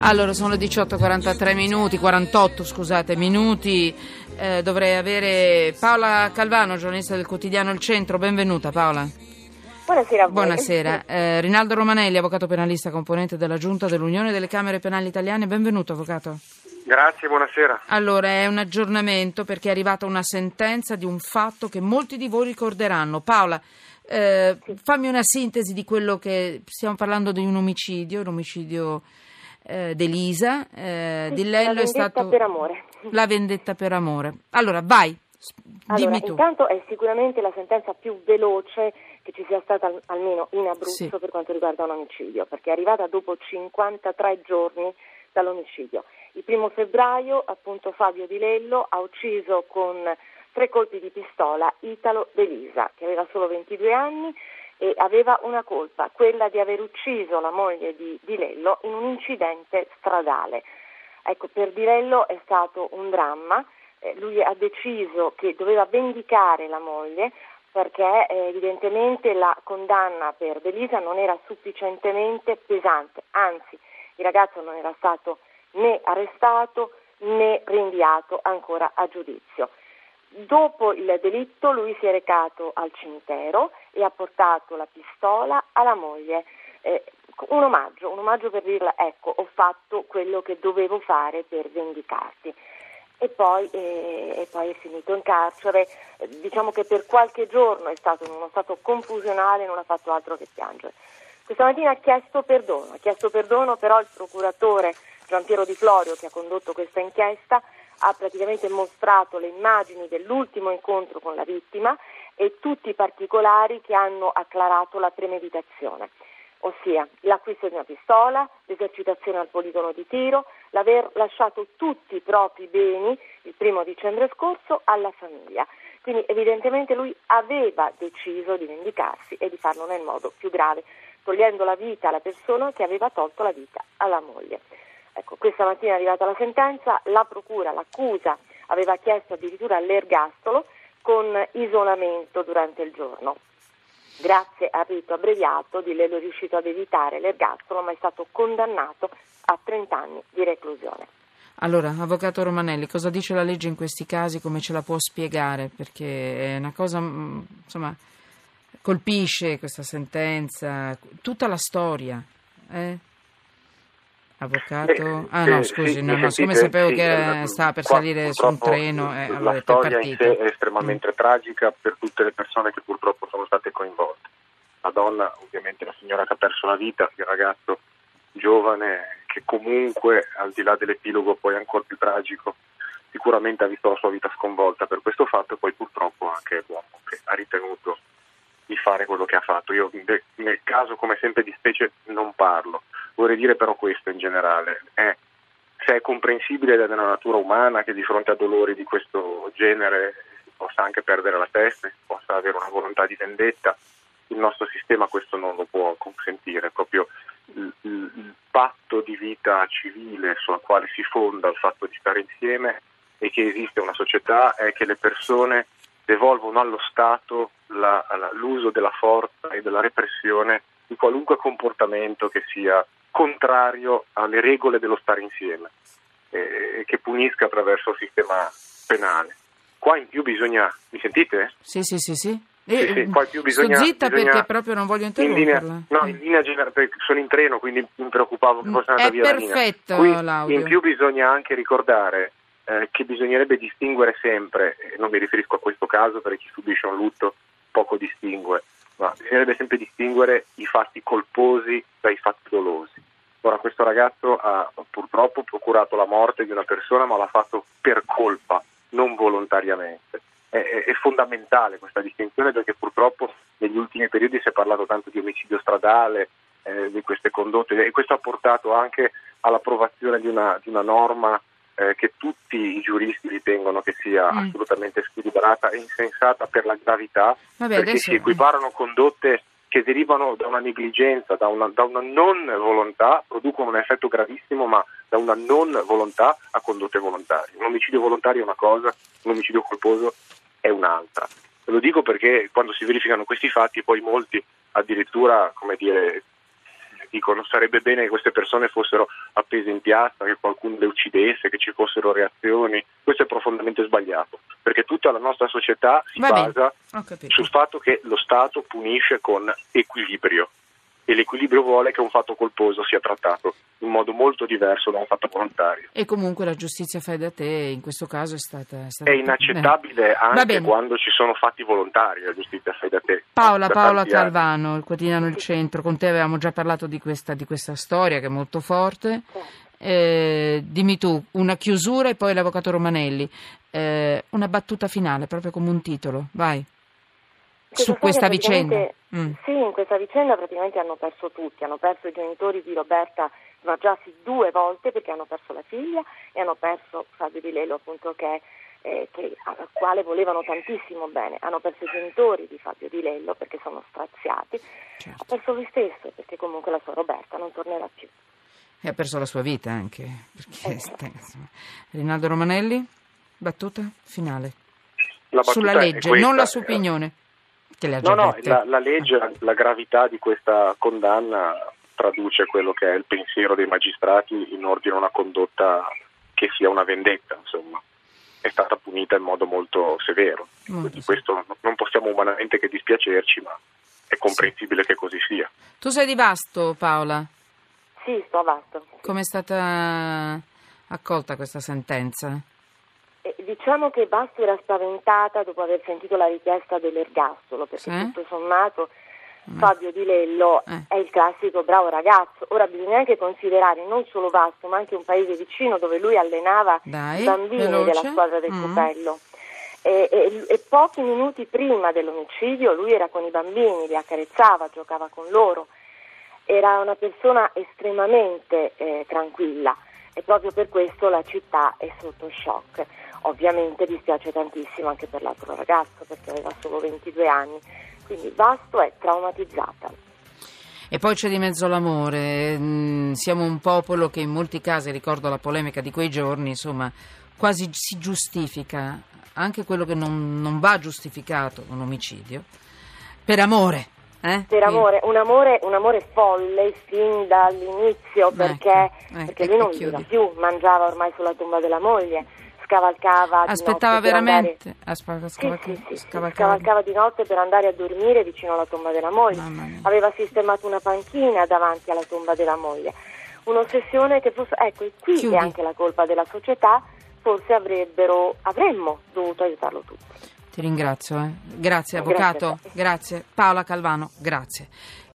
Allora, sono le 18:43 minuti, 48 scusate, minuti. Dovrei avere Paola Calvano, giornalista del quotidiano Il Centro. Benvenuta Paola. Buonasera a voi. Buonasera. Rinaldo Romanelli, avvocato penalista, componente della Giunta dell'Unione delle Camere Penali Italiane. Benvenuto, avvocato. Grazie, buonasera. Allora, è un aggiornamento perché è arrivata una sentenza di un fatto che molti di voi ricorderanno. Paola, fammi una sintesi di quello che stiamo parlando di un omicidio, l'omicidio d'Elisa, di Lello. È stato per amore. La vendetta per amore. Allora, vai, dimmi tu. Intanto è sicuramente la sentenza più veloce che ci sia stata almeno in Abruzzo, Sì, per quanto riguarda un omicidio, perché è arrivata dopo 53 giorni dall'omicidio. Il 1 febbraio, appunto, Fabio Di Lello ha ucciso con 3 colpi di pistola Italo D'Elisa, che aveva solo 22 anni e aveva una colpa, quella di aver ucciso la moglie di Lello in un incidente stradale. Ecco, per Di Lello è stato un dramma. Lui ha deciso che doveva vendicare la moglie perché evidentemente la condanna per D'Elisa non era sufficientemente pesante, anzi il ragazzo non era stato né arrestato né rinviato ancora a giudizio. Dopo il delitto lui si è recato al cimitero e ha portato la pistola alla moglie, un omaggio per dirle: ecco, ho fatto quello che dovevo fare per vendicarti. E poi è finito in carcere. Diciamo che per qualche giorno è stato in uno stato confusionale, non ha fatto altro che piangere. Questa mattina ha chiesto perdono, però il procuratore Giampiero Di Florio, che ha condotto questa inchiesta, ha praticamente mostrato le immagini dell'ultimo incontro con la vittima e tutti i particolari che hanno acclarato la premeditazione, ossia l'acquisto di una pistola, l'esercitazione al poligono di tiro, l'aver lasciato tutti i propri beni il 1 dicembre scorso alla famiglia. Quindi evidentemente lui aveva deciso di vendicarsi e di farlo nel modo più grave, togliendo la vita alla persona che aveva tolto la vita alla moglie. Ecco, questa mattina è arrivata la sentenza, l'accusa aveva chiesto addirittura l'ergastolo con isolamento durante il giorno. Grazie al rito abbreviato Di Lello è riuscito ad evitare l'ergastolo, ma è stato condannato a 30 anni di reclusione. Allora, avvocato Romanelli, cosa dice la legge in questi casi? Come ce la può spiegare? Perché è una cosa, insomma, colpisce questa sentenza, tutta la storia, Avvocato? Siccome sapevo che stava per salire su un treno, allora la è per storia in partito. sé è estremamente tragica per tutte le persone che purtroppo sono state coinvolte. La donna, ovviamente la signora che ha perso la vita, il ragazzo giovane che comunque, al di là dell'epilogo poi ancora più tragico, sicuramente ha visto la sua vita sconvolta per questo fatto, e poi purtroppo anche l'uomo che ha ritenuto di fare quello che ha fatto. Io nel caso, come sempre, di specie non parlo. Vorrei dire però questo in generale: se è comprensibile della natura umana che di fronte a dolori di questo genere si possa anche perdere la testa, si possa avere una volontà di vendetta, il nostro sistema questo non lo può consentire. Proprio il patto di vita civile sul quale si fonda il fatto di stare insieme e che esiste una società è che le persone devolvono allo Stato l'uso della forza e della repressione di qualunque comportamento che sia contrario alle regole dello stare insieme, che punisca attraverso il sistema penale. Qua in più bisogna... Mi sentite? Sì. Qua in più bisogna... Sto zitta perché proprio non voglio interromperla. In linea generale, perché sono in treno, quindi mi preoccupavo che fosse andata via la linea. È perfetto l'audio. In più bisogna anche ricordare che bisognerebbe distinguere sempre, non mi riferisco a questo caso perché chi subisce un lutto poco distingue, ma bisognerebbe sempre distinguere i fatti colposi dai fatti dolosi. Ora, questo ragazzo ha purtroppo procurato la morte di una persona, ma l'ha fatto per colpa, non volontariamente. È fondamentale questa distinzione, perché purtroppo negli ultimi periodi si è parlato tanto di omicidio stradale, di queste condotte, e questo ha portato anche all'approvazione di una norma che tutti i giuristi ritengono che sia assolutamente squilibrata e insensata per la gravità, perché si equiparano condotte che derivano da una negligenza, da una non volontà, producono un effetto gravissimo, ma da una non volontà a condotte volontarie. Un omicidio volontario è una cosa, un omicidio colposo è un'altra. Lo dico perché quando si verificano questi fatti, poi molti addirittura, dicono sarebbe bene che queste persone fossero appese in piazza, che qualcuno le uccidesse, che ci fossero reazioni. Questo è profondamente sbagliato, perché tutta la nostra società si basa sul fatto che lo Stato punisce con equilibrio, e l'equilibrio vuole che un fatto colposo sia trattato in modo molto diverso da un fatto volontario. E comunque la giustizia fai da te in questo caso è stata è inaccettabile anche quando ci sono fatti volontari, la giustizia fai da te. Paola Calvano, il quotidiano Il Centro, con te avevamo già parlato di questa storia che è molto forte. Dimmi tu, una chiusura e poi l'avvocato Romanelli, una battuta finale proprio come un titolo, vai. Su questa vicenda. Sì, in questa vicenda praticamente hanno perso tutti, hanno perso i genitori di Roberta Smargiassi 2 volte, perché hanno perso la figlia, e hanno perso Fabio Di Lello, appunto, al quale volevano tantissimo bene. Hanno perso i genitori di Fabio Di Lello perché sono straziati, ha perso lui stesso perché comunque la sua Roberta non tornerà più. E ha perso la sua vita anche, perché Rinaldo Romanelli, battuta finale. Sulla legge, non la sua opinione. La legge, la gravità di questa condanna traduce quello che è il pensiero dei magistrati in ordine a una condotta che sia una vendetta, insomma. È stata punita in modo molto severo. Quindi questo non possiamo umanamente che dispiacerci, ma è comprensibile che così sia. Tu sei di Vasto, Paola? Sì, sto a Vasto. Come è stata accolta questa sentenza? Diciamo che Vasto era spaventata dopo aver sentito la richiesta dell'ergastolo, perché tutto sommato Fabio Di Lello è il classico bravo ragazzo. Ora bisogna anche considerare non solo Vasto, ma anche un paese vicino dove lui allenava i bambini della squadra del Cupello. E pochi minuti prima dell'omicidio lui era con i bambini, li accarezzava, giocava con loro. Era una persona estremamente tranquilla, e proprio per questo la città è sotto shock. Ovviamente dispiace tantissimo anche per l'altro ragazzo, perché aveva solo 22 anni, quindi Vasto è traumatizzata. E poi c'è di mezzo l'amore. Siamo un popolo che in molti casi, ricordo la polemica di quei giorni, insomma, quasi si giustifica anche quello che non va giustificato, un omicidio, per amore. Per amore, un amore folle fin dall'inizio, perché lui non viveva più, mangiava ormai sulla tomba della moglie, scavalcava aspettava di notte veramente scavalcava di notte per andare a dormire vicino alla tomba della moglie. Aveva sistemato una panchina davanti alla tomba della moglie, un'ossessione che forse, qui è anche la colpa della società, forse avremmo dovuto aiutarlo tutti. Ti ringrazio, grazie avvocato, grazie Paola Calvano, grazie.